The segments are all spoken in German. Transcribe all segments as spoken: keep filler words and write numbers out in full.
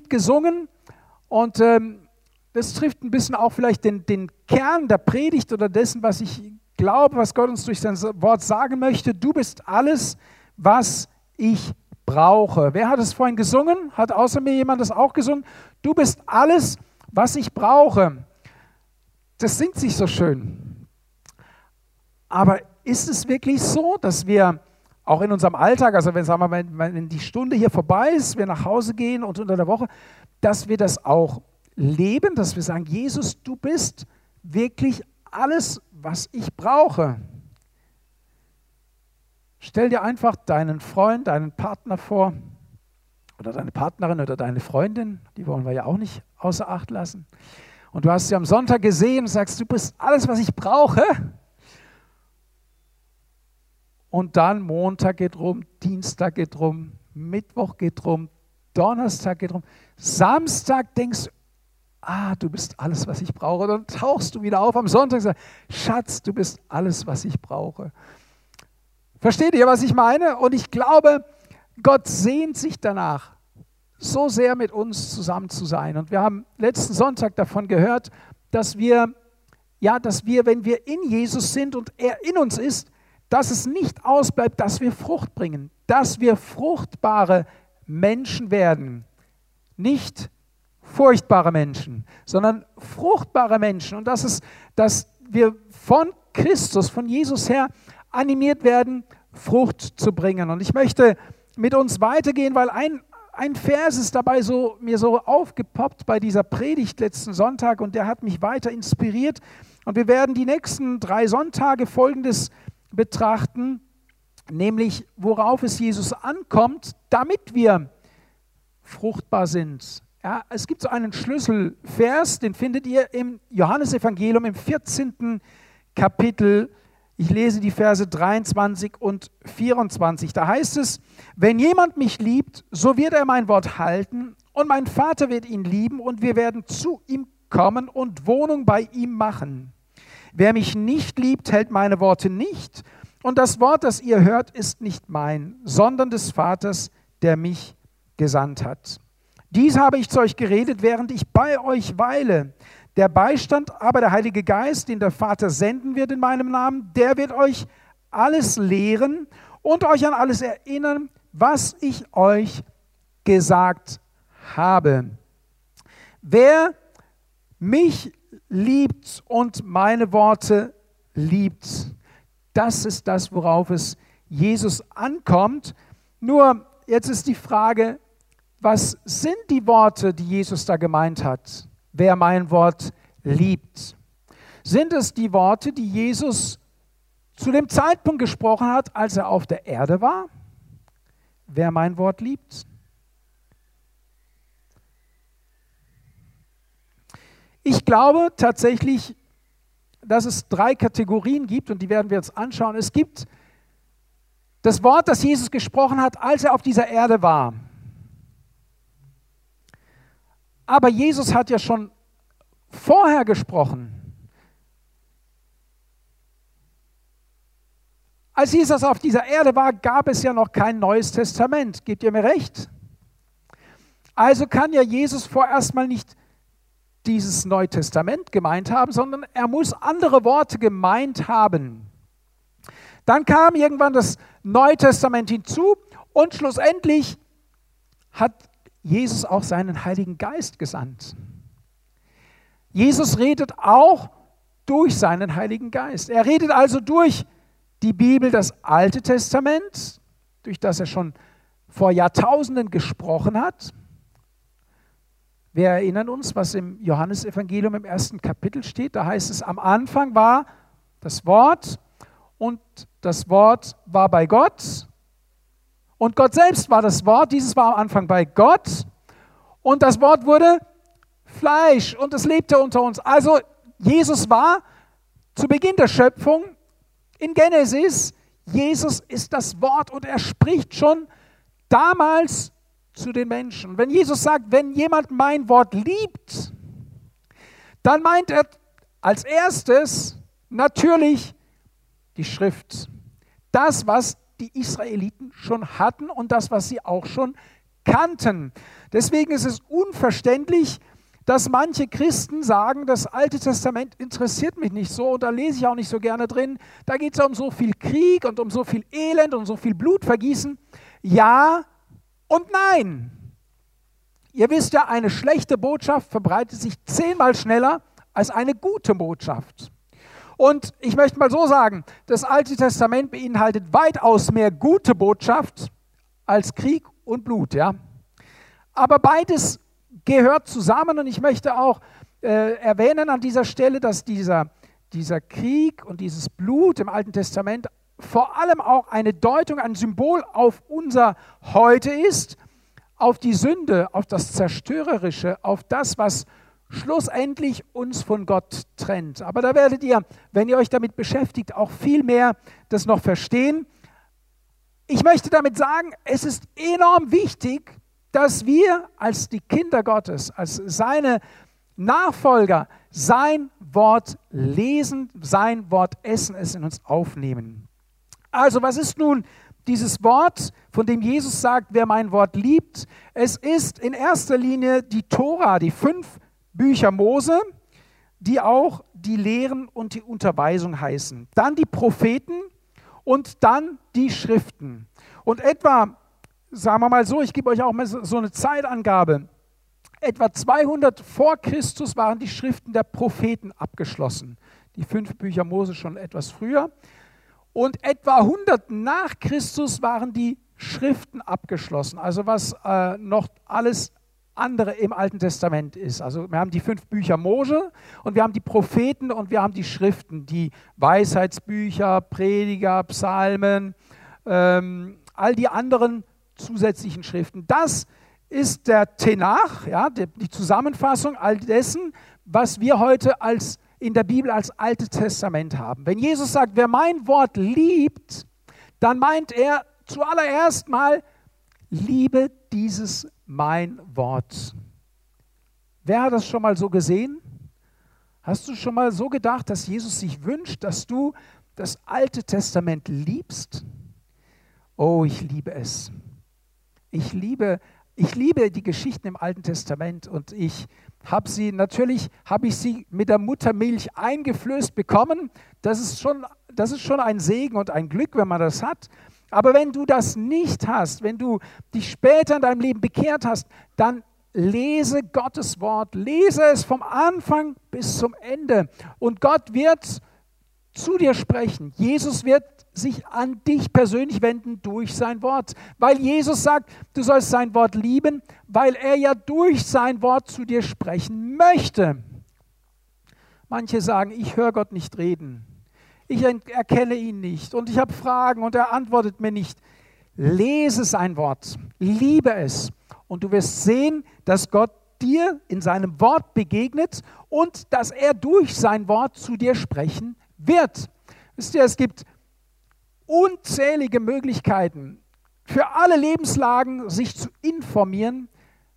Lied gesungen und ähm, das trifft ein bisschen auch vielleicht den, den Kern der Predigt oder dessen, was ich glaube, was Gott uns durch sein Wort sagen möchte. Du bist alles, was ich brauche. Wer hat es vorhin gesungen? Hat außer mir jemand das auch gesungen? Du bist alles, was ich brauche. Das singt sich so schön. Aber ist es wirklich so, dass wir auch in unserem Alltag, also wenn, sagen wir mal, wenn die Stunde hier vorbei ist, wir nach Hause gehen und unter der Woche, dass wir das auch leben, dass wir sagen, Jesus, du bist wirklich alles, was ich brauche. Stell dir einfach deinen Freund, deinen Partner vor oder deine Partnerin oder deine Freundin, die wollen wir ja auch nicht außer Acht lassen. Und du hast sie am Sonntag gesehen und sagst, du bist alles, was ich brauche. Und dann Montag geht rum, Dienstag geht rum, Mittwoch geht rum, Donnerstag geht rum, Samstag denkst du, ah, du bist alles, was ich brauche. Dann tauchst du wieder auf am Sonntag und sagst, Schatz, du bist alles, was ich brauche. Versteht ihr, was ich meine? Und ich glaube, Gott sehnt sich danach, so sehr mit uns zusammen zu sein. Und wir haben letzten Sonntag davon gehört, dass wir, ja, dass wir, wenn wir in Jesus sind und er in uns ist, dass es nicht ausbleibt, dass wir Frucht bringen, dass wir fruchtbare Menschen werden. Nicht furchtbare Menschen, sondern fruchtbare Menschen. Und das ist, dass wir von Christus, von Jesus her animiert werden, Frucht zu bringen. Und ich möchte mit uns weitergehen, weil ein, ein Vers ist dabei so, mir so aufgepoppt bei dieser Predigt letzten Sonntag und der hat mich weiter inspiriert. Und wir werden die nächsten drei Sonntage Folgendes betrachten, nämlich worauf es Jesus ankommt, damit wir fruchtbar sind. Ja, es gibt so einen Schlüsselvers, den findet ihr im Johannesevangelium im vierzehnten Kapitel. Ich lese die Verse dreiundzwanzig und vierundzwanzig. Da heißt es, wenn jemand mich liebt, so wird er mein Wort halten und mein Vater wird ihn lieben und wir werden zu ihm kommen und Wohnung bei ihm machen. Wer mich nicht liebt, hält meine Worte nicht und das Wort, das ihr hört, ist nicht mein, sondern des Vaters, der mich gesandt hat. Dies habe ich zu euch geredet, während ich bei euch weile. Der Beistand, aber der Heilige Geist, den der Vater senden wird in meinem Namen, der wird euch alles lehren und euch an alles erinnern, was ich euch gesagt habe. Wer mich liebt und meine Worte liebt, das ist das, worauf es Jesus ankommt. Nur jetzt ist die Frage, was sind die Worte, die Jesus da gemeint hat? Wer mein Wort liebt. Sind es die Worte, die Jesus zu dem Zeitpunkt gesprochen hat, als er auf der Erde war? Wer mein Wort liebt? Ich glaube tatsächlich, dass es drei Kategorien gibt und die werden wir uns anschauen. Es gibt das Wort, das Jesus gesprochen hat, als er auf dieser Erde war. Aber Jesus hat ja schon vorher gesprochen. Als Jesus auf dieser Erde war, gab es ja noch kein Neues Testament. Gebt ihr mir recht? Also kann ja Jesus vorerst mal nicht dieses Neue Testament gemeint haben, sondern er muss andere Worte gemeint haben. Dann kam irgendwann das Neue Testament hinzu und schlussendlich hat Jesus auch seinen Heiligen Geist gesandt. Jesus redet auch durch seinen Heiligen Geist. Er redet also durch die Bibel, das Alte Testament, durch das er schon vor Jahrtausenden gesprochen hat. Wir erinnern uns, was im Johannesevangelium im ersten Kapitel steht. Da heißt es, am Anfang war das Wort und das Wort war bei Gott. Und Gott selbst war das Wort, dieses war am Anfang bei Gott und das Wort wurde Fleisch und es lebte unter uns. Also Jesus war zu Beginn der Schöpfung in Genesis, Jesus ist das Wort und er spricht schon damals zu den Menschen. Wenn Jesus sagt, wenn jemand mein Wort liebt, dann meint er als erstes natürlich die Schrift. Das, was die Israeliten schon hatten und das, was sie auch schon kannten. Deswegen ist es unverständlich, dass manche Christen sagen, das Alte Testament interessiert mich nicht so und da lese ich auch nicht so gerne drin. Da geht es ja um so viel Krieg und um so viel Elend und um so viel Blutvergießen. Ja und nein. Ihr wisst ja, eine schlechte Botschaft verbreitet sich zehnmal schneller als eine gute Botschaft. Und ich möchte mal so sagen, das Alte Testament beinhaltet weitaus mehr gute Botschaft als Krieg und Blut. Ja? Aber beides gehört zusammen und ich möchte auch äh, erwähnen an dieser Stelle, dass dieser, dieser Krieg und dieses Blut im Alten Testament vor allem auch eine Deutung, ein Symbol auf unser Heute ist, auf die Sünde, auf das Zerstörerische, auf das, was schlussendlich uns von Gott trennt. Aber da werdet ihr, wenn ihr euch damit beschäftigt, auch viel mehr das noch verstehen. Ich möchte damit sagen, es ist enorm wichtig, dass wir als die Kinder Gottes, als seine Nachfolger, sein Wort lesen, sein Wort essen, es in uns aufnehmen. Also was ist nun dieses Wort, von dem Jesus sagt, wer mein Wort liebt? Es ist in erster Linie die Tora, die fünf Bücher Mose, die auch die Lehren und die Unterweisung heißen. Dann die Propheten und dann die Schriften. Und etwa, sagen wir mal so, ich gebe euch auch mal so eine Zeitangabe, etwa zweihundert vor Christus waren die Schriften der Propheten abgeschlossen. Die fünf Bücher Mose schon etwas früher. Und etwa hundert nach Christus waren die Schriften abgeschlossen, also was äh, noch alles andere im Alten Testament ist. Also wir haben die fünf Bücher Mose und wir haben die Propheten und wir haben die Schriften, die Weisheitsbücher, Prediger, Psalmen, ähm, all die anderen zusätzlichen Schriften. Das ist der Tenach, ja, die, die Zusammenfassung all dessen, was wir heute als in der Bibel als Altes Testament haben. Wenn Jesus sagt, wer mein Wort liebt, dann meint er zuallererst mal, liebe dieses mein Wort. Wer hat das schon mal so gesehen? Hast du schon mal so gedacht, dass Jesus sich wünscht, dass du das Alte Testament liebst? Oh, ich liebe es. Ich liebe, ich liebe die Geschichten im Alten Testament und ich habe sie, natürlich habe ich sie mit der Muttermilch eingeflößt bekommen. Das ist schon, das ist schon ein Segen und ein Glück, wenn man das hat. Aber wenn du das nicht hast, wenn du dich später in deinem Leben bekehrt hast, dann lese Gottes Wort, lese es vom Anfang bis zum Ende. Und Gott wird zu dir sprechen. Jesus wird sich an dich persönlich wenden durch sein Wort. Weil Jesus sagt, du sollst sein Wort lieben, weil er ja durch sein Wort zu dir sprechen möchte. Manche sagen, ich höre Gott nicht reden. Ich erkenne ihn nicht und ich habe Fragen und er antwortet mir nicht. Lese sein Wort, liebe es und du wirst sehen, dass Gott dir in seinem Wort begegnet und dass er durch sein Wort zu dir sprechen wird. Wisst ihr, es gibt unzählige Möglichkeiten für alle Lebenslagen, sich zu informieren,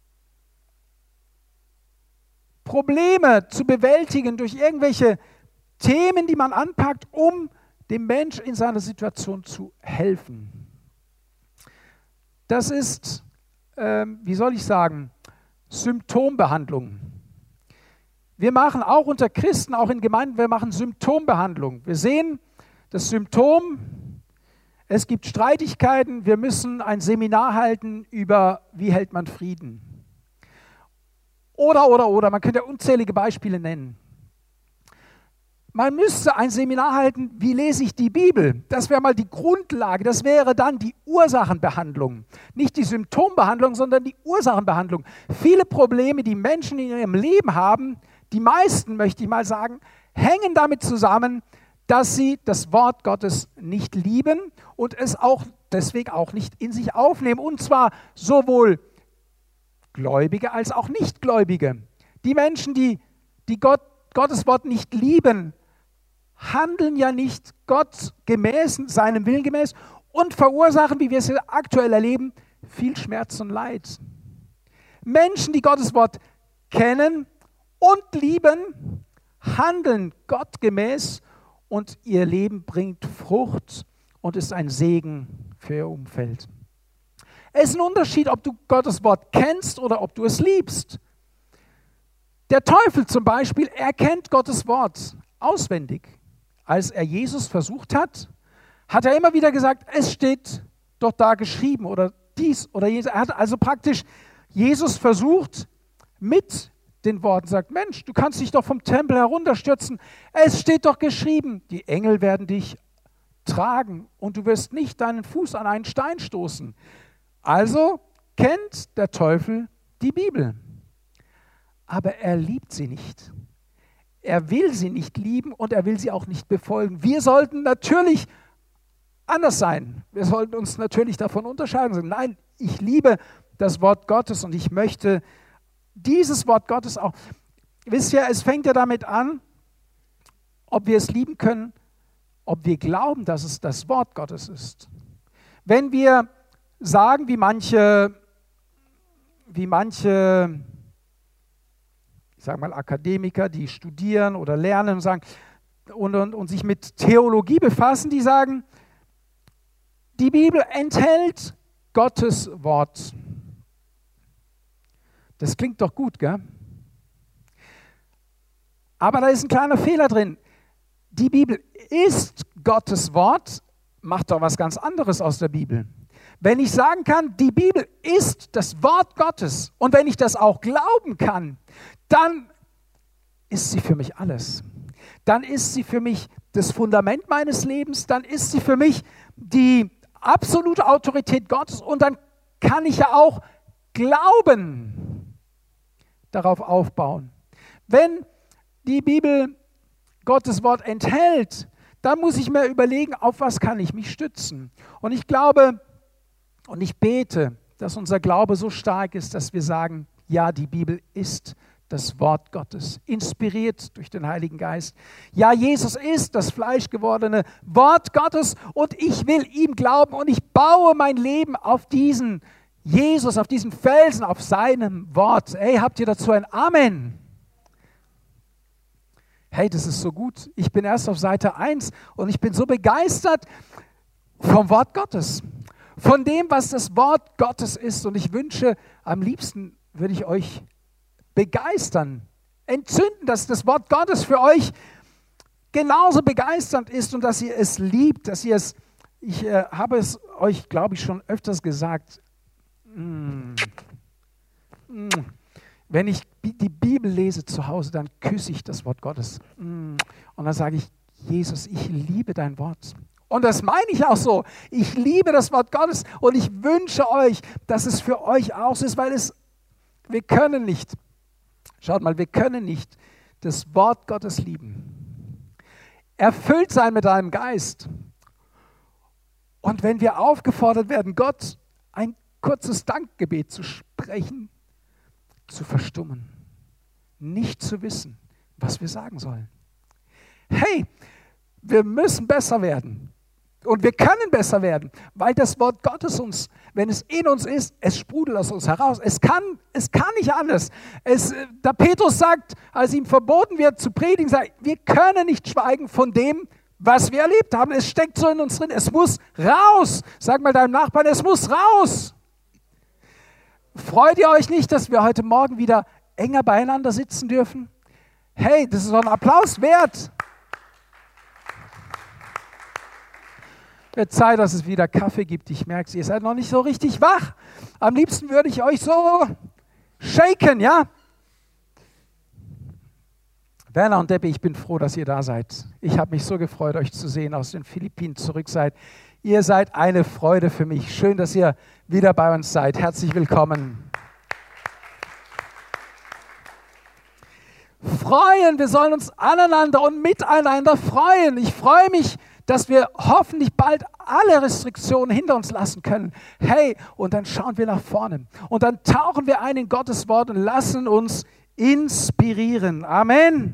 Probleme zu bewältigen durch irgendwelche Themen, die man anpackt, um dem Mensch in seiner Situation zu helfen. Das ist, ähm, wie soll ich sagen, Symptombehandlung. Wir machen auch unter Christen, auch in Gemeinden, wir machen Symptombehandlung. Wir sehen das Symptom, es gibt Streitigkeiten, wir müssen ein Seminar halten über, wie hält man Frieden. Oder, oder, oder, man könnte ja unzählige Beispiele nennen. Man müsste ein Seminar halten, wie lese ich die Bibel? Das wäre mal die Grundlage, das wäre dann die Ursachenbehandlung. Nicht die Symptombehandlung, sondern die Ursachenbehandlung. Viele Probleme, die Menschen in ihrem Leben haben, die meisten, möchte ich mal sagen, hängen damit zusammen, dass sie das Wort Gottes nicht lieben und es auch deswegen auch nicht in sich aufnehmen. Und zwar sowohl Gläubige als auch Nichtgläubige. Die Menschen, die, die Gott, Gottes Wort nicht lieben, handeln ja nicht Gott gemäß, seinem Willen gemäß und verursachen, wie wir es aktuell erleben, viel Schmerz und Leid. Menschen, die Gottes Wort kennen und lieben, handeln Gott gemäß und ihr Leben bringt Frucht und ist ein Segen für ihr Umfeld. Es ist ein Unterschied, ob du Gottes Wort kennst oder ob du es liebst. Der Teufel zum Beispiel, er kennt Gottes Wort auswendig. Als er Jesus versucht hat, hat er immer wieder gesagt, es steht doch da geschrieben oder dies oder jenes. Er hat also praktisch Jesus versucht mit den Worten, sagt, Mensch, du kannst dich doch vom Tempel herunterstürzen. Es steht doch geschrieben, die Engel werden dich tragen und du wirst nicht deinen Fuß an einen Stein stoßen. Also kennt der Teufel die Bibel. Aber er liebt sie nicht. Er will sie nicht lieben und er will sie auch nicht befolgen. Wir sollten natürlich anders sein. Wir sollten uns natürlich davon unterscheiden. Nein, ich liebe das Wort Gottes und ich möchte dieses Wort Gottes auch. Wisst ihr, es fängt ja damit an, ob wir es lieben können, ob wir glauben, dass es das Wort Gottes ist. Wenn wir sagen, wie manche, wie manche, ich sage mal Akademiker, die studieren oder lernen und sagen und, und, und sich mit Theologie befassen, die sagen, die Bibel enthält Gottes Wort. Das klingt doch gut, gell? Aber da ist ein kleiner Fehler drin. Die Bibel ist Gottes Wort, macht doch was ganz anderes aus der Bibel. Wenn ich sagen kann, die Bibel ist das Wort Gottes und wenn ich das auch glauben kann, dann ist sie für mich alles. Dann ist sie für mich das Fundament meines Lebens, dann ist sie für mich die absolute Autorität Gottes und dann kann ich ja auch glauben, darauf aufbauen. Wenn die Bibel Gottes Wort enthält, dann muss ich mir überlegen, auf was kann ich mich stützen. Und ich glaube und ich bete, dass unser Glaube so stark ist, dass wir sagen, ja, die Bibel ist das Wort Gottes, inspiriert durch den Heiligen Geist. Ja, Jesus ist das fleischgewordene Wort Gottes und ich will ihm glauben und ich baue mein Leben auf diesen Jesus, auf diesen Felsen, auf seinem Wort. Hey, habt ihr dazu ein Amen? Hey, das ist so gut. Ich bin erst auf Seite eins und ich bin so begeistert vom Wort Gottes, von dem, was das Wort Gottes ist. Und ich wünsche, am liebsten würde ich euch begeistern, entzünden, dass das Wort Gottes für euch genauso begeisternd ist und dass ihr es liebt, dass ihr es, ich äh, habe es euch, glaube ich, schon öfters gesagt, mm, mm, wenn ich die Bibel lese zu Hause, dann küsse ich das Wort Gottes. Mm, und dann sage ich, Jesus, ich liebe dein Wort. Und das meine ich auch so. Ich liebe das Wort Gottes und ich wünsche euch, dass es für euch auch so ist, weil es, wir können nicht, schaut mal, wir können nicht das Wort Gottes lieben. Erfüllt sein mit deinem Geist. Und wenn wir aufgefordert werden, Gott ein kurzes Dankgebet zu sprechen, zu verstummen, nicht zu wissen, was wir sagen sollen. Hey, wir müssen besser werden. Und wir können besser werden, weil das Wort Gottes uns, wenn es in uns ist, es sprudelt aus uns heraus. Es kann, es kann nicht anders. Es, da Petrus sagt, als ihm verboten wird zu predigen, sagt, wir können nicht schweigen von dem, was wir erlebt haben. Es steckt so in uns drin. Es muss raus. Sag mal deinem Nachbarn, es muss raus. Freut ihr euch nicht, dass wir heute Morgen wieder enger beieinander sitzen dürfen? Hey, das ist doch ein Applaus wert. Wird Zeit, dass es wieder Kaffee gibt. Ich merke es, ihr seid noch nicht so richtig wach. Am liebsten würde ich euch so shaken, ja? Werner und Debbie, ich bin froh, dass ihr da seid. Ich habe mich so gefreut, euch zu sehen, aus den Philippinen zurück seid. Ihr seid eine Freude für mich. Schön, dass ihr wieder bei uns seid. Herzlich willkommen. Freuen, wir sollen uns aneinander und miteinander freuen. Ich freue mich, dass wir hoffentlich bald alle Restriktionen hinter uns lassen können. Hey, und dann schauen wir nach vorne. Und dann tauchen wir ein in Gottes Wort und lassen uns inspirieren. Amen.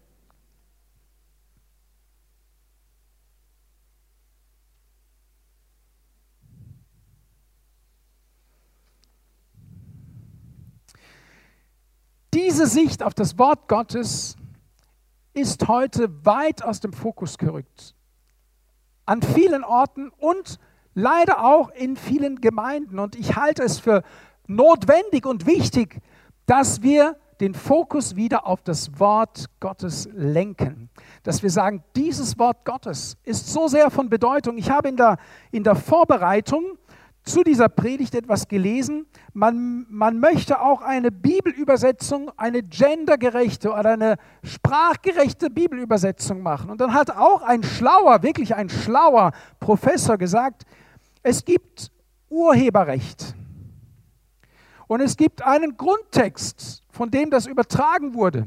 Diese Sicht auf das Wort Gottes ist heute weit aus dem Fokus gerückt. An vielen Orten und Leider auch in vielen Gemeinden. Und ich halte es für notwendig und wichtig, dass wir den Fokus wieder auf das Wort Gottes lenken. Dass wir sagen, dieses Wort Gottes ist so sehr von Bedeutung. Ich habe in der, in der Vorbereitung zu dieser Predigt etwas gelesen. Man, man möchte auch eine Bibelübersetzung, eine gendergerechte oder eine sprachgerechte Bibelübersetzung machen. Und dann hat auch ein schlauer, wirklich ein schlauer Professor gesagt, es gibt Urheberrecht. Und es gibt einen Grundtext, von dem das übertragen wurde.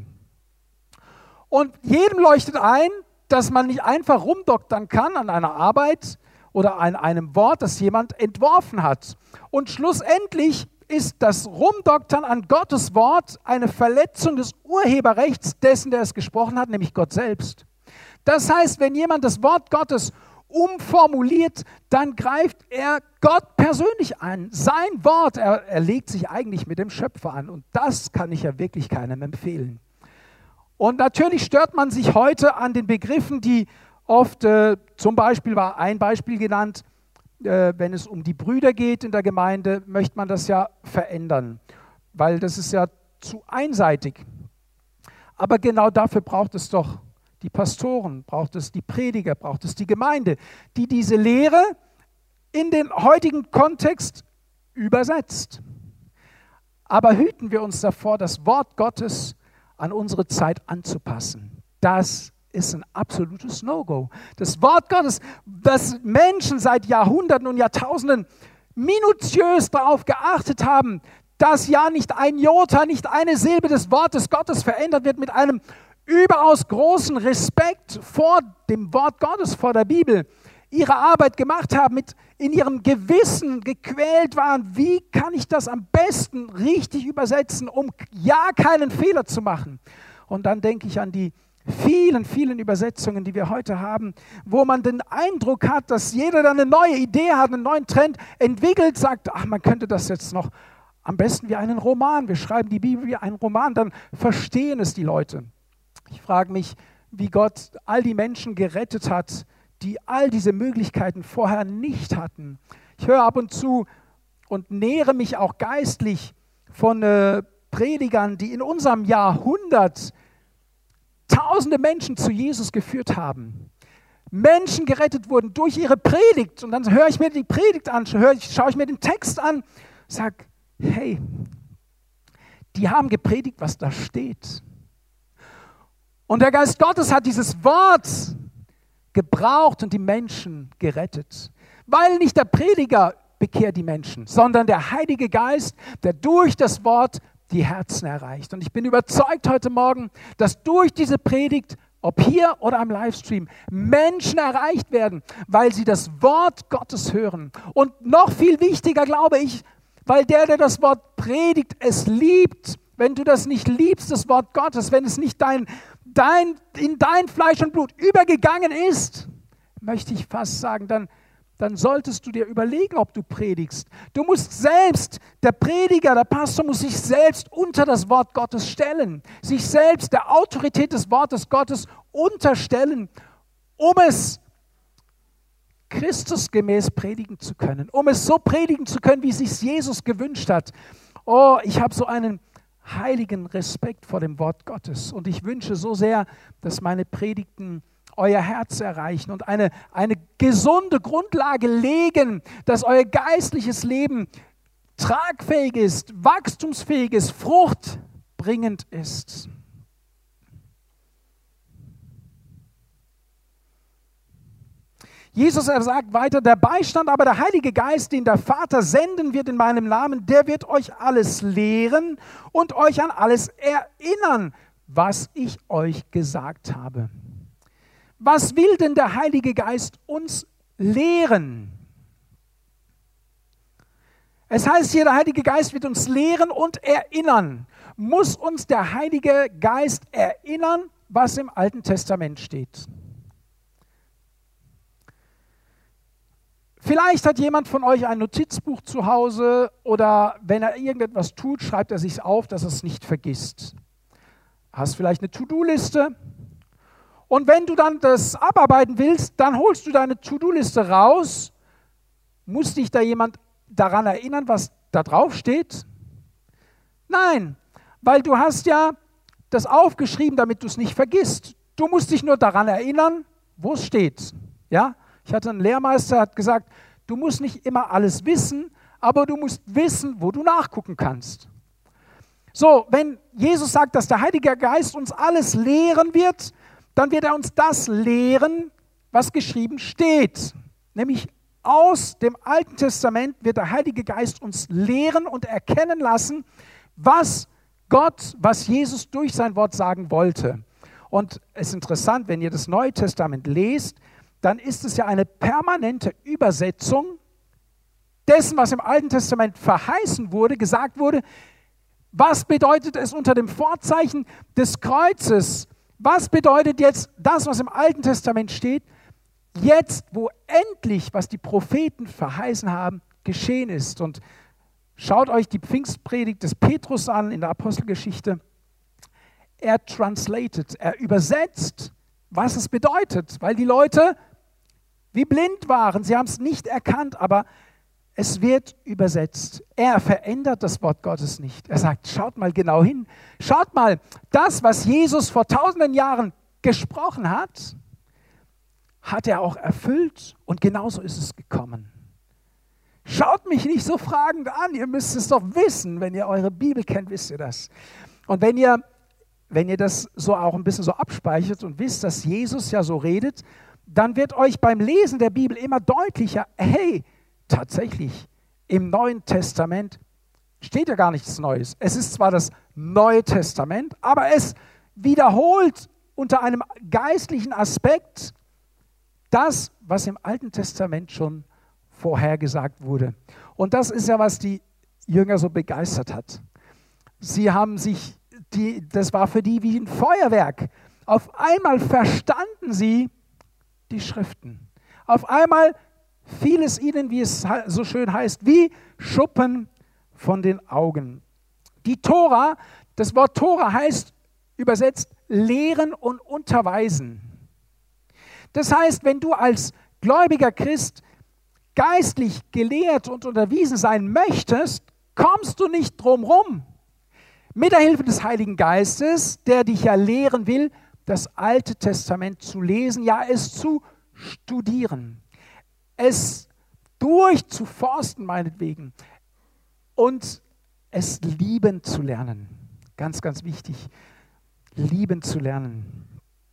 Und jedem leuchtet ein, dass man nicht einfach rumdoktern kann an einer Arbeit oder an einem Wort, das jemand entworfen hat. Und schlussendlich ist das Rumdoktern an Gottes Wort eine Verletzung des Urheberrechts dessen, der es gesprochen hat, nämlich Gott selbst. Das heißt, wenn jemand das Wort Gottes umformuliert, dann greift er Gott persönlich an. Sein Wort, er, er legt sich eigentlich mit dem Schöpfer an. Und das kann ich ja wirklich keinem empfehlen. Und natürlich stört man sich heute an den Begriffen, die oft, äh, zum Beispiel war ein Beispiel genannt, äh, wenn es um die Brüder geht in der Gemeinde, möchte man das ja verändern, weil das ist ja zu einseitig. Aber genau dafür braucht es doch die Pastoren, braucht es die Prediger, braucht es die Gemeinde, die diese Lehre in den heutigen Kontext übersetzt. Aber hüten wir uns davor, das Wort Gottes an unsere Zeit anzupassen. Das ist ein absolutes No-Go. Das Wort Gottes, das Menschen seit Jahrhunderten und Jahrtausenden minutiös darauf geachtet haben, dass ja nicht ein Jota, nicht eine Silbe des Wortes Gottes verändert wird, mit einem überaus großen Respekt vor dem Wort Gottes, vor der Bibel, ihre Arbeit gemacht haben, mit in ihrem Gewissen gequält waren, wie kann ich das am besten richtig übersetzen, um ja keinen Fehler zu machen. Und dann denke ich an die vielen, vielen Übersetzungen, die wir heute haben, wo man den Eindruck hat, dass jeder dann eine neue Idee hat, einen neuen Trend entwickelt, sagt, ach, man könnte das jetzt noch am besten wie einen Roman, wir schreiben die Bibel wie einen Roman, dann verstehen es die Leute. Ich frage mich, wie Gott all die Menschen gerettet hat, die all diese Möglichkeiten vorher nicht hatten. Ich höre ab und zu und nähere mich auch geistlich von äh, Predigern, die in unserem Jahrhundert tausende Menschen zu Jesus geführt haben. Menschen gerettet wurden durch ihre Predigt. Und dann höre ich mir die Predigt an, höre ich, schaue ich mir den Text an, sage, hey, die haben gepredigt, was da steht. Und der Geist Gottes hat dieses Wort gebraucht und die Menschen gerettet. Weil nicht der Prediger bekehrt die Menschen, sondern der Heilige Geist, der durch das Wort die Herzen erreicht. Und ich bin überzeugt heute Morgen, dass durch diese Predigt, ob hier oder am Livestream, Menschen erreicht werden, weil sie das Wort Gottes hören. Und noch viel wichtiger, glaube ich, weil der, der das Wort predigt, es liebt. Wenn du das nicht liebst, das Wort Gottes, wenn es nicht dein, dein, in dein Fleisch und Blut übergegangen ist, möchte ich fast sagen, dann, dann solltest du dir überlegen, ob du predigst. Du musst selbst, der Prediger, der Pastor muss sich selbst unter das Wort Gottes stellen, sich selbst der Autorität des Wortes Gottes unterstellen, um es Christusgemäß predigen zu können, um es so predigen zu können, wie es sich Jesus gewünscht hat. Oh, ich habe so einen heiligen Respekt vor dem Wort Gottes. Und ich wünsche so sehr, dass meine Predigten euer Herz erreichen und eine, eine gesunde Grundlage legen, dass euer geistliches Leben tragfähig ist, wachstumsfähig ist, fruchtbringend ist. Jesus, er sagt weiter, der Beistand, aber der Heilige Geist, den der Vater senden wird in meinem Namen, der wird euch alles lehren und euch an alles erinnern, was ich euch gesagt habe. Was will denn der Heilige Geist uns lehren? Es heißt hier, der Heilige Geist wird uns lehren und erinnern. Muss uns der Heilige Geist erinnern, was im Alten Testament steht? Vielleicht hat jemand von euch ein Notizbuch zu Hause oder wenn er irgendetwas tut, schreibt er sich auf, dass er es nicht vergisst. Hast vielleicht eine To-Do-Liste und wenn du dann das abarbeiten willst, dann holst du deine To-Do-Liste raus Muss dich da jemand daran erinnern, was da drauf steht? Nein, weil du hast ja das aufgeschrieben, damit du es nicht vergisst. Du musst dich nur daran erinnern, wo es steht. Ja? Ich hatte einen Lehrmeister, der hat gesagt, du musst nicht immer alles wissen, aber du musst wissen, wo du nachgucken kannst. So, wenn Jesus sagt, dass der Heilige Geist uns alles lehren wird, dann wird er uns das lehren, was geschrieben steht. Nämlich aus dem Alten Testament wird der Heilige Geist uns lehren und erkennen lassen, was Gott, was Jesus durch sein Wort sagen wollte. Und es ist interessant, wenn ihr das Neue Testament lest, dann ist es ja eine permanente Übersetzung dessen, was im Alten Testament verheißen wurde, gesagt wurde. Was bedeutet es unter dem Vorzeichen des Kreuzes? Was bedeutet jetzt das, was im Alten Testament steht, jetzt, wo endlich, was die Propheten verheißen haben, geschehen ist? Und schaut euch die Pfingstpredigt des Petrus an in der Apostelgeschichte. Er translated, er übersetzt, was es bedeutet, weil die Leute wie blind waren. Sie haben es nicht erkannt, aber es wird übersetzt. Er verändert das Wort Gottes nicht. Er sagt, schaut mal genau hin. Schaut mal, das, was Jesus vor tausenden Jahren gesprochen hat, hat er auch erfüllt und genauso ist es gekommen. Schaut mich nicht so fragend an, ihr müsst es doch wissen. Wenn ihr eure Bibel kennt, wisst ihr das. Und wenn ihr, wenn ihr das so auch ein bisschen so abspeichert und wisst, dass Jesus ja so redet, dann wird euch beim Lesen der Bibel immer deutlicher, hey, tatsächlich, im Neuen Testament steht ja gar nichts Neues. Es ist zwar das Neue Testament, aber es wiederholt unter einem geistlichen Aspekt das, was im Alten Testament schon vorhergesagt wurde. Und das ist ja, was die Jünger so begeistert hat. Sie haben sich, die, das war für die wie ein Feuerwerk. Auf einmal verstanden sie die Schriften. Auf einmal fiel es ihnen, wie es so schön heißt, wie Schuppen von den Augen. Die Tora, das Wort Tora heißt übersetzt lehren und unterweisen. Das heißt, wenn du als gläubiger Christ geistlich gelehrt und unterwiesen sein möchtest, kommst du nicht drum rum. Mit der Hilfe des Heiligen Geistes, der dich ja lehren will, das Alte Testament zu lesen, ja es zu studieren. Es durchzuforsten meinetwegen und es lieben zu lernen. Ganz, ganz wichtig, lieben zu lernen.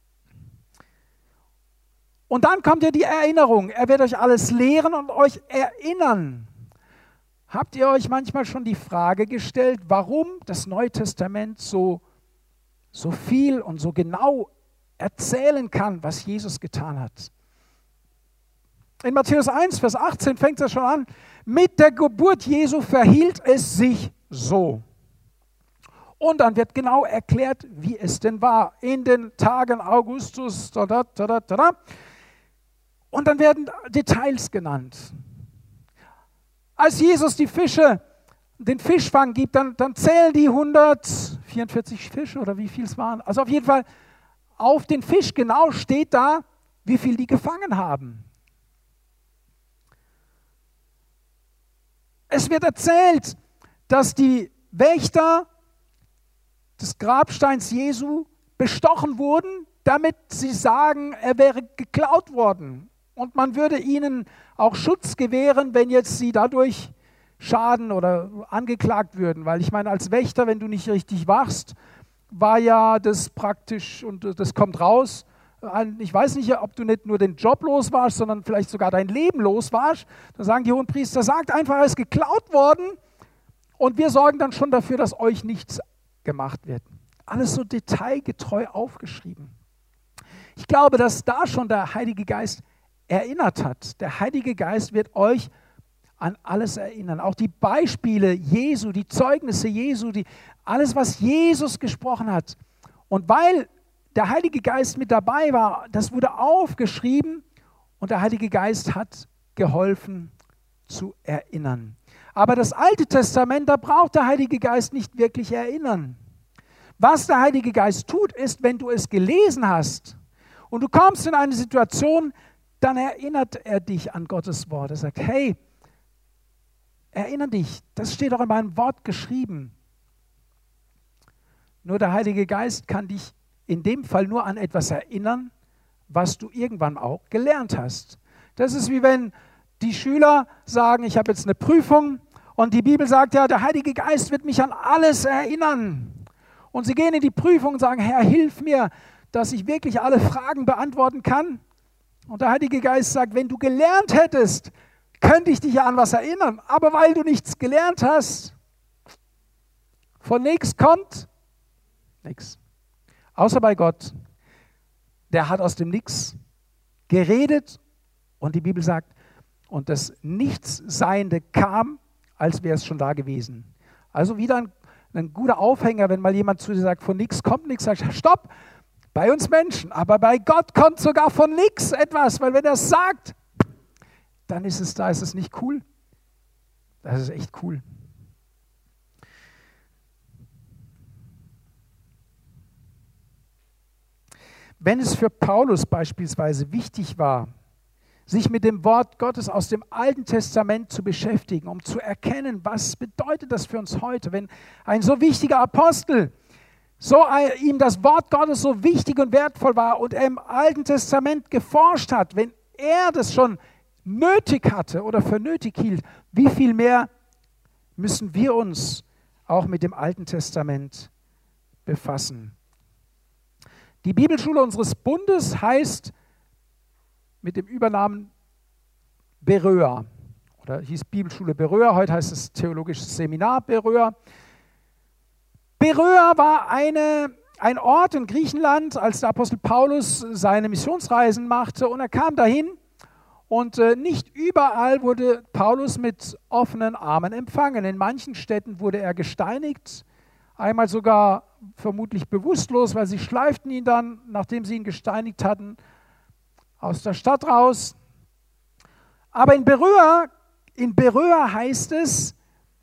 Und dann kommt ja die Erinnerung. Er wird euch alles lehren und euch erinnern. Habt ihr euch manchmal schon die Frage gestellt, warum das Neue Testament so, so viel und so genau erzählen kann, was Jesus getan hat? In Matthäus eins, Vers achtzehn fängt es schon an. Mit der Geburt Jesu verhielt es sich so. Und dann wird genau erklärt, wie es denn war in den Tagen Augustus. Da, da, da, da, da. Und dann werden Details genannt. Als Jesus die Fische, den Fischfang gibt, dann, dann zählen die hundertvierundvierzig Fische oder wie viel es waren. Also auf jeden Fall auf den Fisch genau steht da, wie viel die gefangen haben. Es wird erzählt, dass die Wächter des Grabsteins Jesu bestochen wurden, damit sie sagen, er wäre geklaut worden. Und man würde ihnen auch Schutz gewähren, wenn jetzt sie dadurch schaden oder angeklagt würden. Weil ich meine, als Wächter, wenn du nicht richtig wachst, war ja das praktisch, und das kommt raus, ich weiß nicht, ob du nicht nur den Job los warst, sondern vielleicht sogar dein Leben los warst. Da sagen die Hohenpriester, sagt einfach, er ist geklaut worden und wir sorgen dann schon dafür, dass euch nichts gemacht wird. Alles so detailgetreu aufgeschrieben. Ich glaube, dass da schon der Heilige Geist erinnert hat. Der Heilige Geist wird euch an alles erinnern. Auch die Beispiele Jesu, die Zeugnisse Jesu, die, alles, was Jesus gesprochen hat. Und weil der Heilige Geist mit dabei war, das wurde aufgeschrieben und der Heilige Geist hat geholfen zu erinnern. Aber das Alte Testament, da braucht der Heilige Geist nicht wirklich erinnern. Was der Heilige Geist tut, ist, wenn du es gelesen hast und du kommst in eine Situation, dann erinnert er dich an Gottes Wort. Er sagt, hey, Erinnere dich, das steht auch in meinem Wort geschrieben. Nur der Heilige Geist kann dich in dem Fall nur an etwas erinnern, was du irgendwann auch gelernt hast. Das ist wie wenn die Schüler sagen, ich habe jetzt eine Prüfung und die Bibel sagt ja, der Heilige Geist wird mich an alles erinnern. Und sie gehen in die Prüfung und sagen, Herr, hilf mir, dass ich wirklich alle Fragen beantworten kann. Und der Heilige Geist sagt, wenn du gelernt hättest, könnte ich dich ja an was erinnern. Aber weil du nichts gelernt hast, von nichts kommt nichts. Außer bei Gott. Der hat aus dem Nichts geredet und die Bibel sagt, und das Nichtsseiende kam, als wäre es schon da gewesen. Also wieder ein, ein guter Aufhänger, wenn mal jemand zu dir sagt, von nichts kommt nichts, sagst du, stopp, bei uns Menschen, aber bei Gott kommt sogar von nichts etwas, weil wenn er es sagt, dann ist es da, ist es nicht cool? Das ist echt cool. Wenn es für Paulus beispielsweise wichtig war, sich mit dem Wort Gottes aus dem Alten Testament zu beschäftigen, um zu erkennen, was bedeutet das für uns heute, wenn ein so wichtiger Apostel, so ein, ihm das Wort Gottes so wichtig und wertvoll war und er im Alten Testament geforscht hat, wenn er das schon nötig hatte oder für nötig hielt, wie viel mehr müssen wir uns auch mit dem Alten Testament befassen. Die Bibelschule unseres Bundes heißt mit dem Übernamen Beröa, oder hieß Bibelschule Beröa, heute heißt es Theologisches Seminar Beröa. Beröa war eine, ein Ort in Griechenland, als der Apostel Paulus seine Missionsreisen machte und er kam dahin und äh, nicht überall wurde Paulus mit offenen Armen empfangen. In manchen Städten wurde er gesteinigt, einmal sogar vermutlich bewusstlos, weil sie schleiften ihn dann, nachdem sie ihn gesteinigt hatten, aus der Stadt raus. Aber in Beröa, in Beröa heißt es,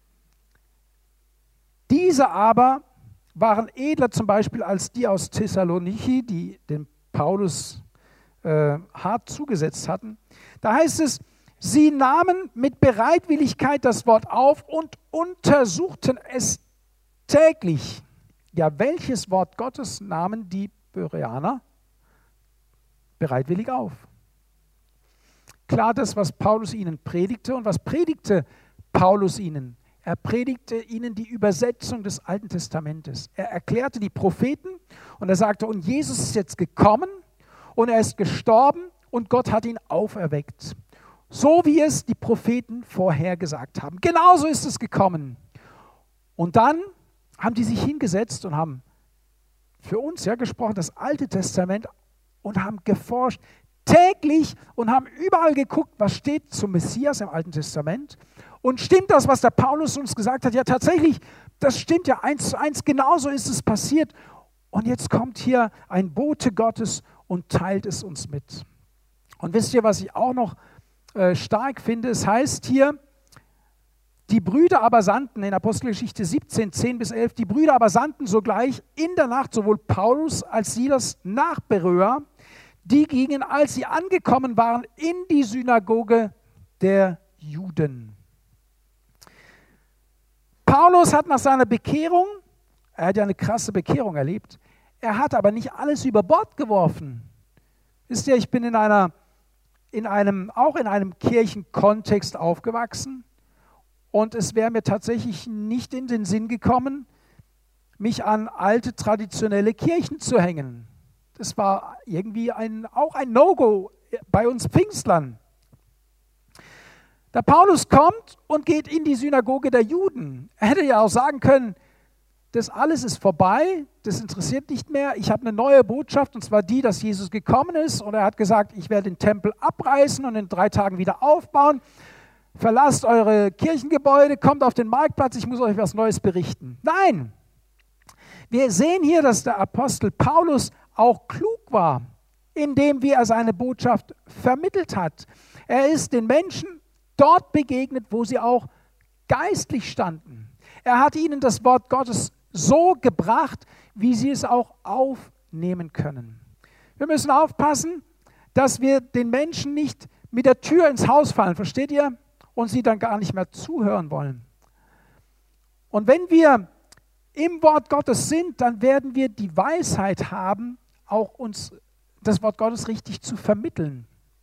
diese aber waren edler zum Beispiel als die aus Thessaloniki, die dem Paulus äh, hart zugesetzt hatten. Da heißt es, sie nahmen mit Bereitwilligkeit das Wort auf und untersuchten es täglich. Ja, welches Wort Gottes nahmen die Bereaner bereitwillig auf? Klar, das, was Paulus ihnen predigte. Und was predigte Paulus ihnen? Er predigte ihnen die Übersetzung des Alten Testamentes. Er erklärte die Propheten und er sagte, und Jesus ist jetzt gekommen und er ist gestorben und Gott hat ihn auferweckt. So wie es die Propheten vorhergesagt haben. Genauso ist es gekommen. Und dann haben die sich hingesetzt und haben für uns ja gesprochen, das Alte Testament, und haben geforscht, täglich, und haben überall geguckt, was steht zum Messias im Alten Testament. Und stimmt das, was der Paulus uns gesagt hat? Ja, tatsächlich, das stimmt ja eins zu eins, genauso ist es passiert. Und jetzt kommt hier ein Bote Gottes und teilt es uns mit. Und wisst ihr, was ich auch noch äh, stark finde? Es heißt hier, die Brüder aber sandten, in Apostelgeschichte siebzehn, zehn bis elf, die Brüder aber sandten sogleich in der Nacht sowohl Paulus als Silas nach Beröa. Die gingen, als sie angekommen waren, in die Synagoge der Juden. Paulus hat nach seiner Bekehrung, er hat ja eine krasse Bekehrung erlebt, er hat aber nicht alles über Bord geworfen. Wisst ihr, ich bin in einer, in einem, auch in einem Kirchenkontext aufgewachsen. Und es wäre mir tatsächlich nicht in den Sinn gekommen, mich an alte, traditionelle Kirchen zu hängen. Das war irgendwie ein, auch ein No-Go bei uns Pfingstlern. Der Paulus kommt und geht in die Synagoge der Juden. Er hätte ja auch sagen können, das alles ist vorbei, das interessiert nicht mehr. Ich habe eine neue Botschaft, und zwar die, dass Jesus gekommen ist. Und er hat gesagt, ich werde den Tempel abreißen und in drei Tagen wieder aufbauen. Verlasst eure Kirchengebäude, kommt auf den Marktplatz, ich muss euch was Neues berichten. Nein, wir sehen hier, dass der Apostel Paulus auch klug war, indem wie er seine Botschaft vermittelt hat. Er ist den Menschen dort begegnet, wo sie auch geistlich standen. Er hat ihnen das Wort Gottes so gebracht, wie sie es auch aufnehmen können. Wir müssen aufpassen, dass wir den Menschen nicht mit der Tür ins Haus fallen, versteht ihr? und sie dann gar nicht mehr zuhören wollen. Und wenn wir im Wort Gottes sind, dann werden wir die Weisheit haben, auch uns das Wort Gottes richtig zu vermitteln.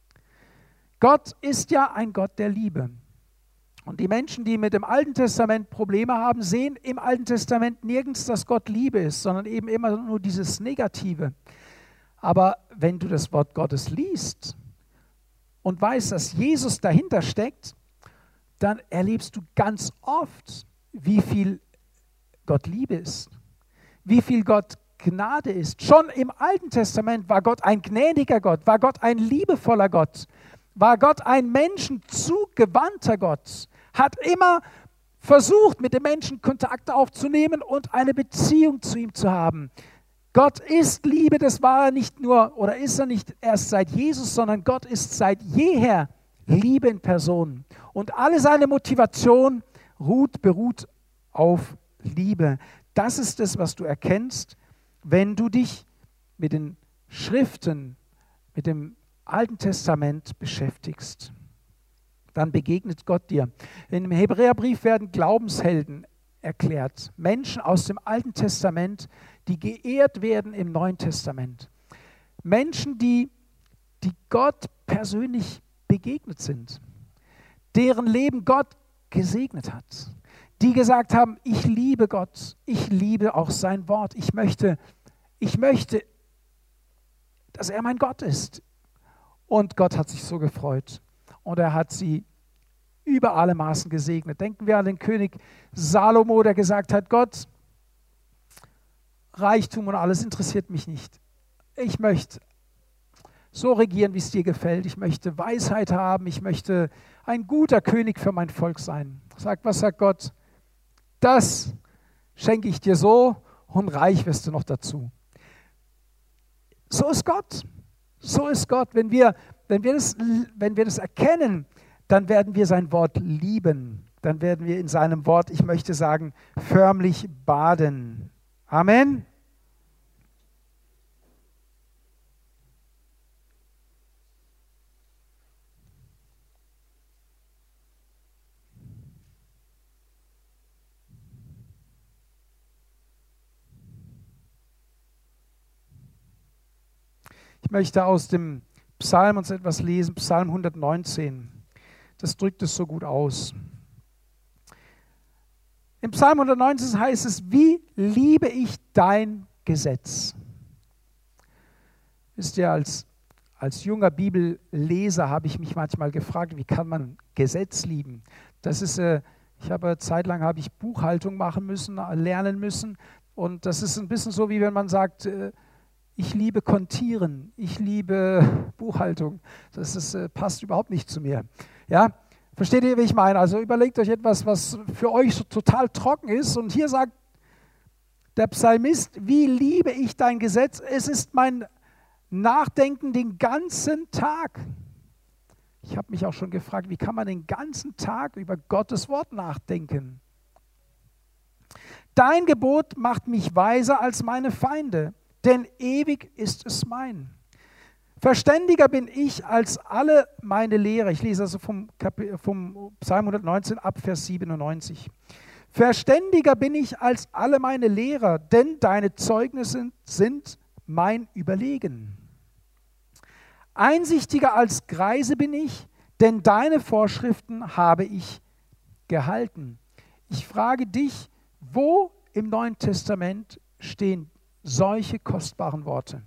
Gott ist ja ein Gott der Liebe. Und die Menschen, die mit dem Alten Testament Probleme haben, sehen im Alten Testament nirgends, dass Gott Liebe ist, sondern eben immer nur dieses Negative. Aber wenn du das Wort Gottes liest und weißt, dass Jesus dahinter steckt, dann erlebst du ganz oft, wie viel Gott Liebe ist, wie viel Gott Gnade ist. Schon im Alten Testament war Gott ein gnädiger Gott, war Gott ein liebevoller Gott, war Gott ein Menschen zugewandter Gott, hat immer versucht, mit dem Menschen Kontakt aufzunehmen und eine Beziehung zu ihm zu haben. Gott ist Liebe, das war er nicht nur, oder ist er nicht erst seit Jesus, sondern Gott ist seit jeher Liebe in Person. Und alle seine Motivation ruht, beruht auf Liebe. Das ist es, was du erkennst, wenn du dich mit den Schriften, mit dem Alten Testament beschäftigst. Dann begegnet Gott dir. Im Hebräerbrief werden Glaubenshelden erklärt. Menschen aus dem Alten Testament, die geehrt werden im Neuen Testament. Menschen, die, die Gott persönlich begegnet sind, deren Leben Gott gesegnet hat, die gesagt haben, ich liebe Gott, ich liebe auch sein Wort, ich möchte, ich möchte, dass er mein Gott ist. Und Gott hat sich so gefreut und er hat sie über alle Maßen gesegnet. Denken wir an den König Salomo, der gesagt hat, Gott, Reichtum und alles interessiert mich nicht. Ich möchte so regieren, wie es dir gefällt. Ich möchte Weisheit haben. Ich möchte ein guter König für mein Volk sein. Sagt, was sagt Gott? Das schenke ich dir so und reich wirst du noch dazu. So ist Gott. So ist Gott. Wenn wir, wenn wir das, wenn wir das erkennen, dann werden wir sein Wort lieben. Dann werden wir in seinem Wort, ich möchte sagen, förmlich baden. Amen. Ich möchte aus dem Psalm uns etwas lesen, Psalm hundertneunzehn. Das drückt es so gut aus. Im Psalm hundertneunzehn heißt es, wie liebe ich dein Gesetz. Wisst ihr, als, als junger Bibelleser habe ich mich manchmal gefragt, wie kann man Gesetz lieben? Das ist, äh, ich habe eine Zeit lang habe ich Buchhaltung machen müssen, lernen müssen. Und das ist ein bisschen so, wie wenn man sagt, äh, ich liebe Kontieren, ich liebe Buchhaltung. Das ist, äh, passt überhaupt nicht zu mir. Ja, versteht ihr, wie ich meine? Also überlegt euch etwas, was für euch so total trocken ist. Und hier sagt der Psalmist, wie liebe ich dein Gesetz? Es ist mein Nachdenken den ganzen Tag. Ich habe mich auch schon gefragt, wie kann man den ganzen Tag über Gottes Wort nachdenken? Dein Gebot macht mich weiser als meine Feinde, denn ewig ist es mein. Verständiger bin ich als alle meine Lehrer. Ich lese also vom, Kapitel, vom Psalm hundertneunzehn ab Vers siebenundneunzig. Verständiger bin ich als alle meine Lehrer, denn deine Zeugnisse sind mein Überlegen. Einsichtiger als Greise bin ich, denn deine Vorschriften habe ich gehalten. Ich frage dich, wo im Neuen Testament stehen solche kostbaren Worte?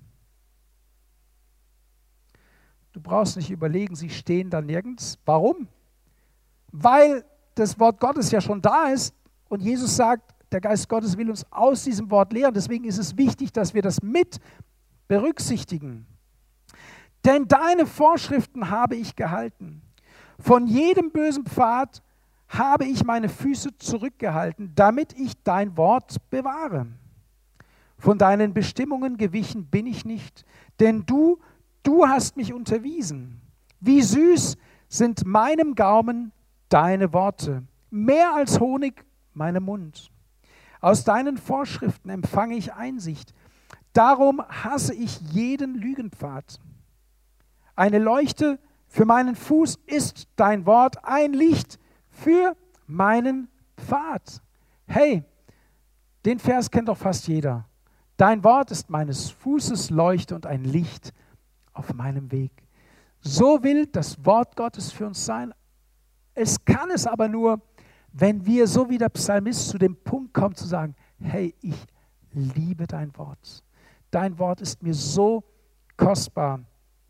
Du brauchst nicht überlegen, sie stehen da nirgends. Warum? Weil das Wort Gottes ja schon da ist und Jesus sagt, der Geist Gottes will uns aus diesem Wort lehren. Deswegen ist es wichtig, dass wir das mit berücksichtigen. Denn deine Vorschriften habe ich gehalten. Von jedem bösen Pfad habe ich meine Füße zurückgehalten, damit ich dein Wort bewahre. Von deinen Bestimmungen gewichen bin ich nicht, denn du Du hast mich unterwiesen. Wie süß sind meinem Gaumen deine Worte, mehr als Honig meinem Mund. Aus deinen Vorschriften empfange ich Einsicht. Darum hasse ich jeden Lügenpfad. Eine Leuchte für meinen Fuß ist dein Wort, ein Licht für meinen Pfad. Hey, den Vers kennt doch fast jeder. Dein Wort ist meines Fußes Leuchte und ein Licht auf meinem Weg. So will das Wort Gottes für uns sein. Es kann es aber nur, wenn wir, so wie der Psalmist, zu dem Punkt kommen zu sagen, hey, ich liebe dein Wort. Dein Wort ist mir so kostbar.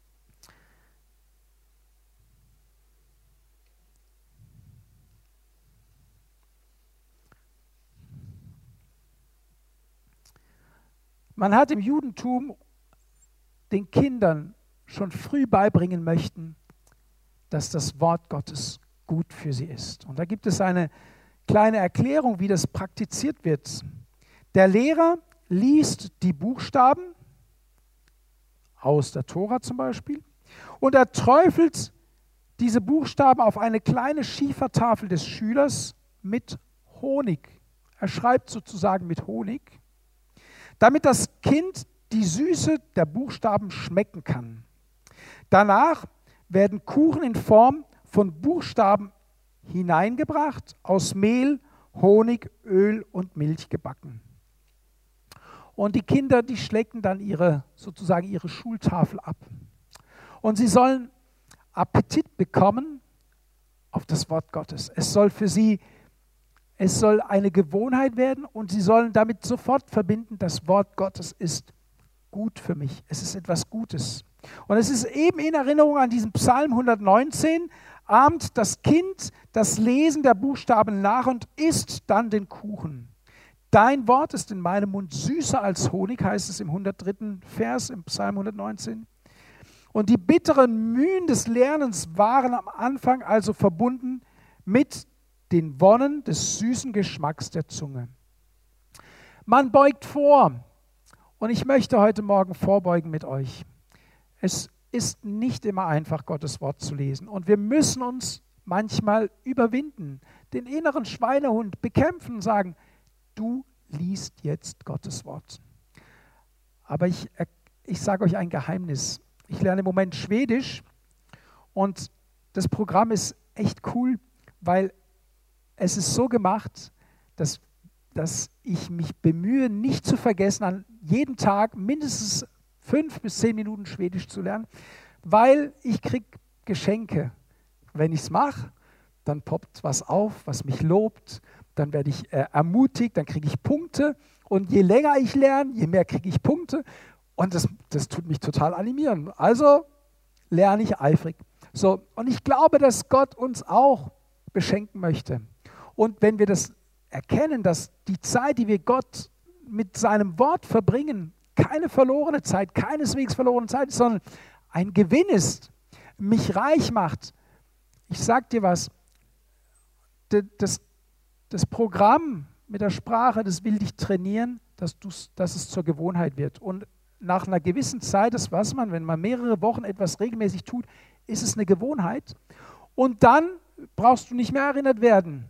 Man hat im Judentum den Kindern schon früh beibringen möchten, dass das Wort Gottes gut für sie ist. Und da gibt es eine kleine Erklärung, wie das praktiziert wird. Der Lehrer liest die Buchstaben aus der Tora zum Beispiel und er träufelt diese Buchstaben auf eine kleine Schiefertafel des Schülers mit Honig. Er schreibt sozusagen mit Honig, damit das Kind die Süße der Buchstaben schmecken kann. Danach werden Kuchen in Form von Buchstaben hineingebracht, aus Mehl, Honig, Öl und Milch gebacken. Und die Kinder, die schlecken dann ihre, sozusagen ihre Schultafel ab. Und sie sollen Appetit bekommen auf das Wort Gottes. Es soll für sie, es soll eine Gewohnheit werden und sie sollen damit sofort verbinden, das Wort Gottes ist gut für mich. Es ist etwas Gutes. Und es ist eben in Erinnerung an diesen Psalm hundertneunzehn, ahmt das Kind das Lesen der Buchstaben nach und isst dann den Kuchen. Dein Wort ist in meinem Mund süßer als Honig, heißt es im hundertdritten Vers im Psalm hundertneunzehn. Und die bitteren Mühen des Lernens waren am Anfang also verbunden mit den Wonnen des süßen Geschmacks der Zunge. Man beugt vor und ich möchte heute Morgen vorbeugen mit euch. Es ist nicht immer einfach, Gottes Wort zu lesen und wir müssen uns manchmal überwinden, den inneren Schweinehund bekämpfen und sagen, du liest jetzt Gottes Wort. Aber ich, ich sage euch ein Geheimnis. Ich lerne im Moment Schwedisch und das Programm ist echt cool, weil es ist so gemacht, dass, dass ich mich bemühe, nicht zu vergessen, an jeden Tag mindestens fünf bis zehn Minuten Schwedisch zu lernen, weil ich kriege Geschenke. Wenn ich es mache, dann poppt was auf, was mich lobt, dann werde ich äh, ermutigt, dann kriege ich Punkte und je länger ich lerne, je mehr kriege ich Punkte und das, das tut mich total animieren. Also lerne ich eifrig. So, und ich glaube, dass Gott uns auch beschenken möchte. Und wenn wir das erkennen, dass die Zeit, die wir Gott mit seinem Wort verbringen, keine verlorene Zeit, keineswegs verlorene Zeit ist, sondern ein Gewinn ist, mich reich macht. Ich sage dir was, das, das Programm mit der Sprache, das will dich trainieren, dass, dass es zur Gewohnheit wird. Und nach einer gewissen Zeit, das weiß man, wenn man mehrere Wochen etwas regelmäßig tut, ist es eine Gewohnheit. Und dann brauchst du nicht mehr erinnert werden.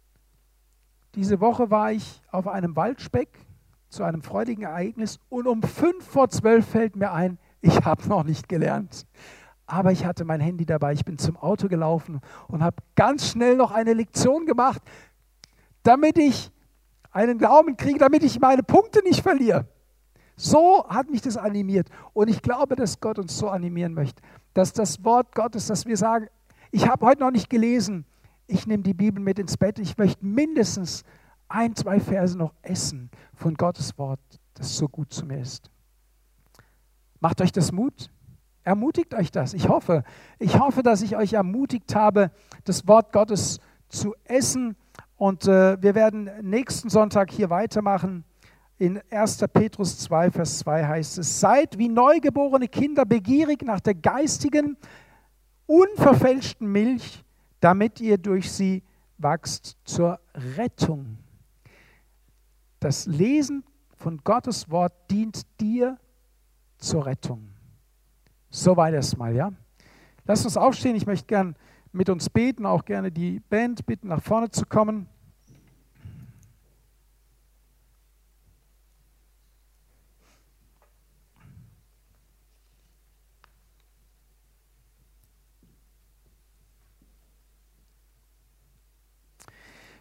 Diese Woche war ich auf einem Waldspeck zu einem freudigen Ereignis und um fünf vor zwölf fällt mir ein, ich habe noch nicht gelernt. Aber ich hatte mein Handy dabei, ich bin zum Auto gelaufen und habe ganz schnell noch eine Lektion gemacht, damit ich einen Glauben kriege, damit ich meine Punkte nicht verliere. So hat mich das animiert. Und ich glaube, dass Gott uns so animieren möchte, dass das Wort Gottes, dass wir sagen, ich habe heute noch nicht gelesen, ich nehme die Bibel mit ins Bett, ich möchte mindestens ein, zwei Verse noch essen von Gottes Wort, das so gut zu mir ist. Macht euch das Mut? Ermutigt euch das. Ich hoffe, ich hoffe, dass ich euch ermutigt habe, das Wort Gottes zu essen. Und äh, wir werden nächsten Sonntag hier weitermachen. In erster Petrus zwei, Vers zwei heißt es, seid wie neugeborene Kinder begierig nach der geistigen, unverfälschten Milch, damit ihr durch sie wachst zur Rettung. Das Lesen von Gottes Wort dient dir zur Rettung. Soweit erstmal, ja. Lasst uns aufstehen. Ich möchte gern mit uns beten, auch gerne die Band bitten, nach vorne zu kommen.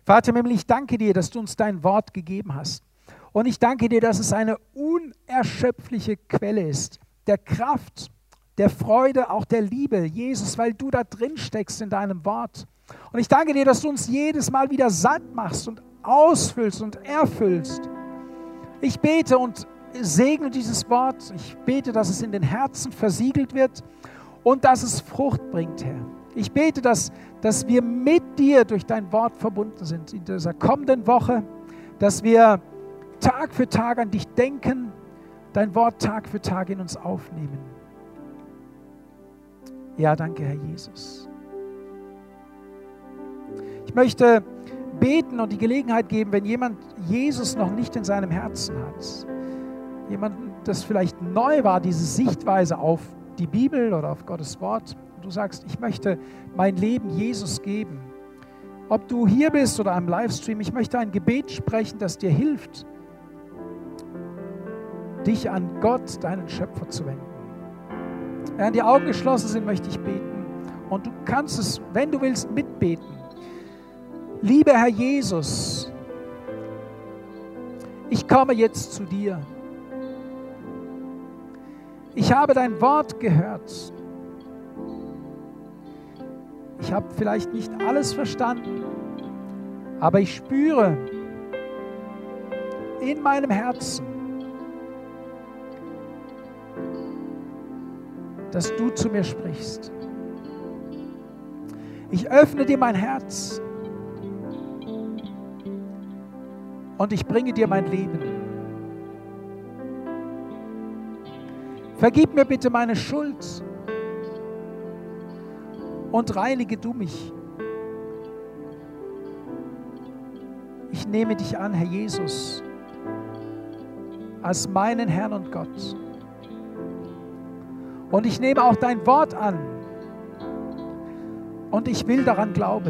Vater im Himmel, ich danke dir, dass du uns dein Wort gegeben hast. Und ich danke dir, dass es eine unerschöpfliche Quelle ist, der Kraft, der Freude, auch der Liebe, Jesus, weil du da drin steckst in deinem Wort. Und ich danke dir, dass du uns jedes Mal wieder satt machst und ausfüllst und erfüllst. Ich bete und segne dieses Wort. Ich bete, dass es in den Herzen versiegelt wird und dass es Frucht bringt, Herr. Ich bete, dass, dass wir mit dir durch dein Wort verbunden sind in dieser kommenden Woche, dass wir Tag für Tag an dich denken, dein Wort Tag für Tag in uns aufnehmen. Ja, danke, Herr Jesus. Ich möchte beten und die Gelegenheit geben, wenn jemand Jesus noch nicht in seinem Herzen hat, jemand, das vielleicht neu war, diese Sichtweise auf die Bibel oder auf Gottes Wort, und du sagst, ich möchte mein Leben Jesus geben. Ob du hier bist oder am Livestream, ich möchte ein Gebet sprechen, das dir hilft, dich an Gott, deinen Schöpfer, zu wenden. Während die Augen geschlossen sind, möchte ich beten. Und du kannst es, wenn du willst, mitbeten. Lieber Herr Jesus, ich komme jetzt zu dir. Ich habe dein Wort gehört. Ich habe vielleicht nicht alles verstanden, aber ich spüre in meinem Herzen, dass du zu mir sprichst. Ich öffne dir mein Herz und ich bringe dir mein Leben. Vergib mir bitte meine Schuld und reinige du mich. Ich nehme dich an, Herr Jesus, als meinen Herrn und Gott. Und ich nehme auch dein Wort an. Und ich will daran glauben.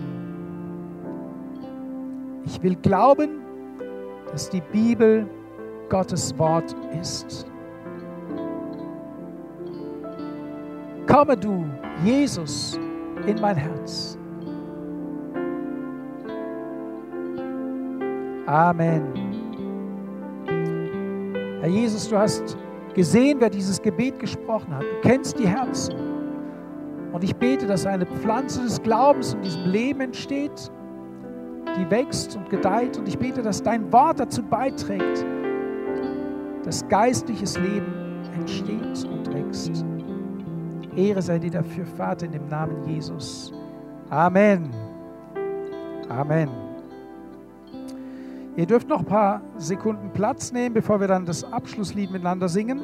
Ich will glauben, dass die Bibel Gottes Wort ist. Komme du, Jesus, in mein Herz. Amen. Herr Jesus, du hast gesehen, wer dieses Gebet gesprochen hat. Du kennst die Herzen. Und ich bete, dass eine Pflanze des Glaubens in diesem Leben entsteht, die wächst und gedeiht. Und ich bete, dass dein Wort dazu beiträgt, dass geistliches Leben entsteht und wächst. Ehre sei dir dafür, Vater, in dem Namen Jesus. Amen. Amen. Ihr dürft noch ein paar Sekunden Platz nehmen, bevor wir dann das Abschlusslied miteinander singen.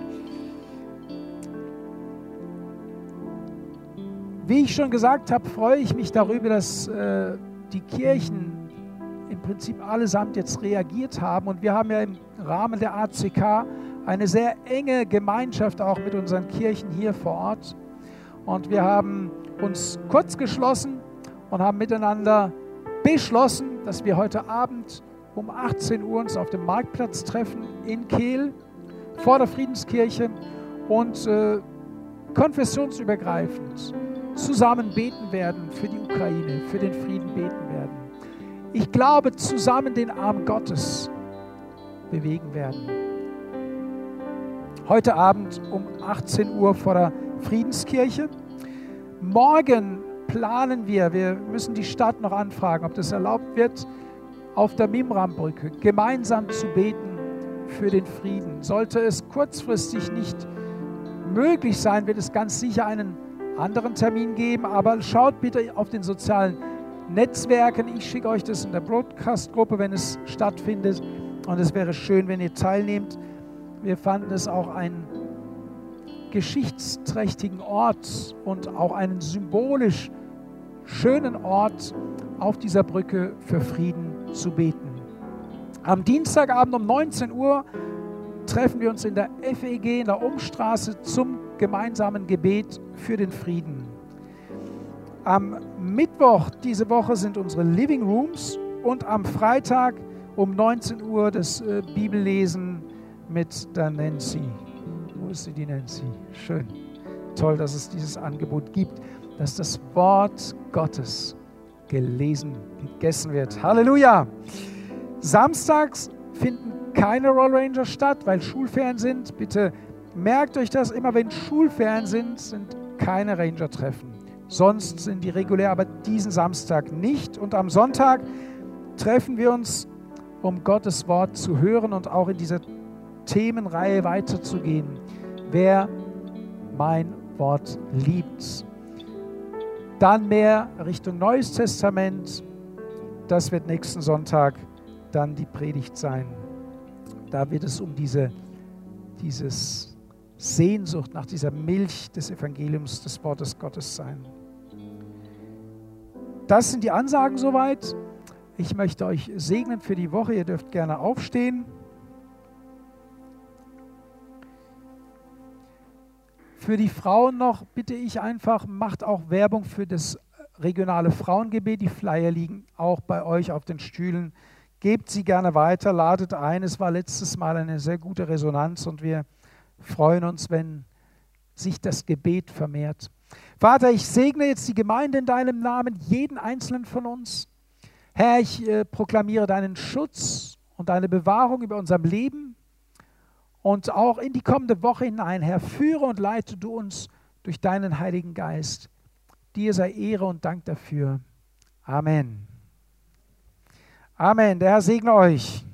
Wie ich schon gesagt habe, freue ich mich darüber, dass äh, die Kirchen im Prinzip allesamt jetzt reagiert haben. Und wir haben ja im Rahmen der A C K eine sehr enge Gemeinschaft auch mit unseren Kirchen hier vor Ort. Und wir haben uns kurz geschlossen und haben miteinander beschlossen, dass wir heute Abend um achtzehn Uhr uns auf dem Marktplatz treffen in Kehl vor der Friedenskirche und äh, konfessionsübergreifend zusammen beten werden für die Ukraine, für den Frieden beten werden. Ich glaube, zusammen den Arm Gottes bewegen werden. Heute Abend um achtzehn Uhr vor der Friedenskirche. Morgen planen wir, wir müssen die Stadt noch anfragen, ob das erlaubt wird, auf der Mimram-Brücke gemeinsam zu beten für den Frieden. Sollte es kurzfristig nicht möglich sein, wird es ganz sicher einen anderen Termin geben, aber schaut bitte auf den sozialen Netzwerken. Ich schicke euch das in der Broadcast-Gruppe, wenn es stattfindet, und es wäre schön, wenn ihr teilnehmt. Wir fanden es auch einen geschichtsträchtigen Ort und auch einen symbolisch schönen Ort auf dieser Brücke für Frieden zu beten. Am Dienstagabend um neunzehn Uhr treffen wir uns in der F E G in der Umstraße zum gemeinsamen Gebet für den Frieden. Am Mittwoch diese Woche sind unsere Living Rooms und am Freitag um neunzehn Uhr das äh, Bibellesen mit der Nancy. Wo ist sie, die Nancy? Schön. Toll, dass es dieses Angebot gibt, dass das Wort Gottes gelesen, gegessen wird. Halleluja! Samstags finden keine Roll Ranger statt, weil Schulferien sind. Bitte merkt euch das, immer wenn Schulferien sind, sind keine Ranger-Treffen. Sonst sind die regulär, aber diesen Samstag nicht. Und am Sonntag treffen wir uns, um Gottes Wort zu hören und auch in dieser Themenreihe weiterzugehen. Wer mein Wort liebt. Dann mehr Richtung Neues Testament. Das wird nächsten Sonntag dann die Predigt sein. Da wird es um diese dieses Sehnsucht nach dieser Milch des Evangeliums, des Wortes Gottes sein. Das sind die Ansagen soweit. Ich möchte euch segnen für die Woche. Ihr dürft gerne aufstehen. Für die Frauen noch bitte ich einfach, macht auch Werbung für das regionale Frauengebet. Die Flyer liegen auch bei euch auf den Stühlen. Gebt sie gerne weiter, ladet ein. Es war letztes Mal eine sehr gute Resonanz und wir freuen uns, wenn sich das Gebet vermehrt. Vater, ich segne jetzt die Gemeinde in deinem Namen, jeden einzelnen von uns. Herr, ich äh, proklamiere deinen Schutz und deine Bewahrung über unserem Leben und auch in die kommende Woche hinein. Herr, führe und leite du uns durch deinen Heiligen Geist. Dir sei Ehre und Dank dafür. Amen. Amen. Der Herr segne euch.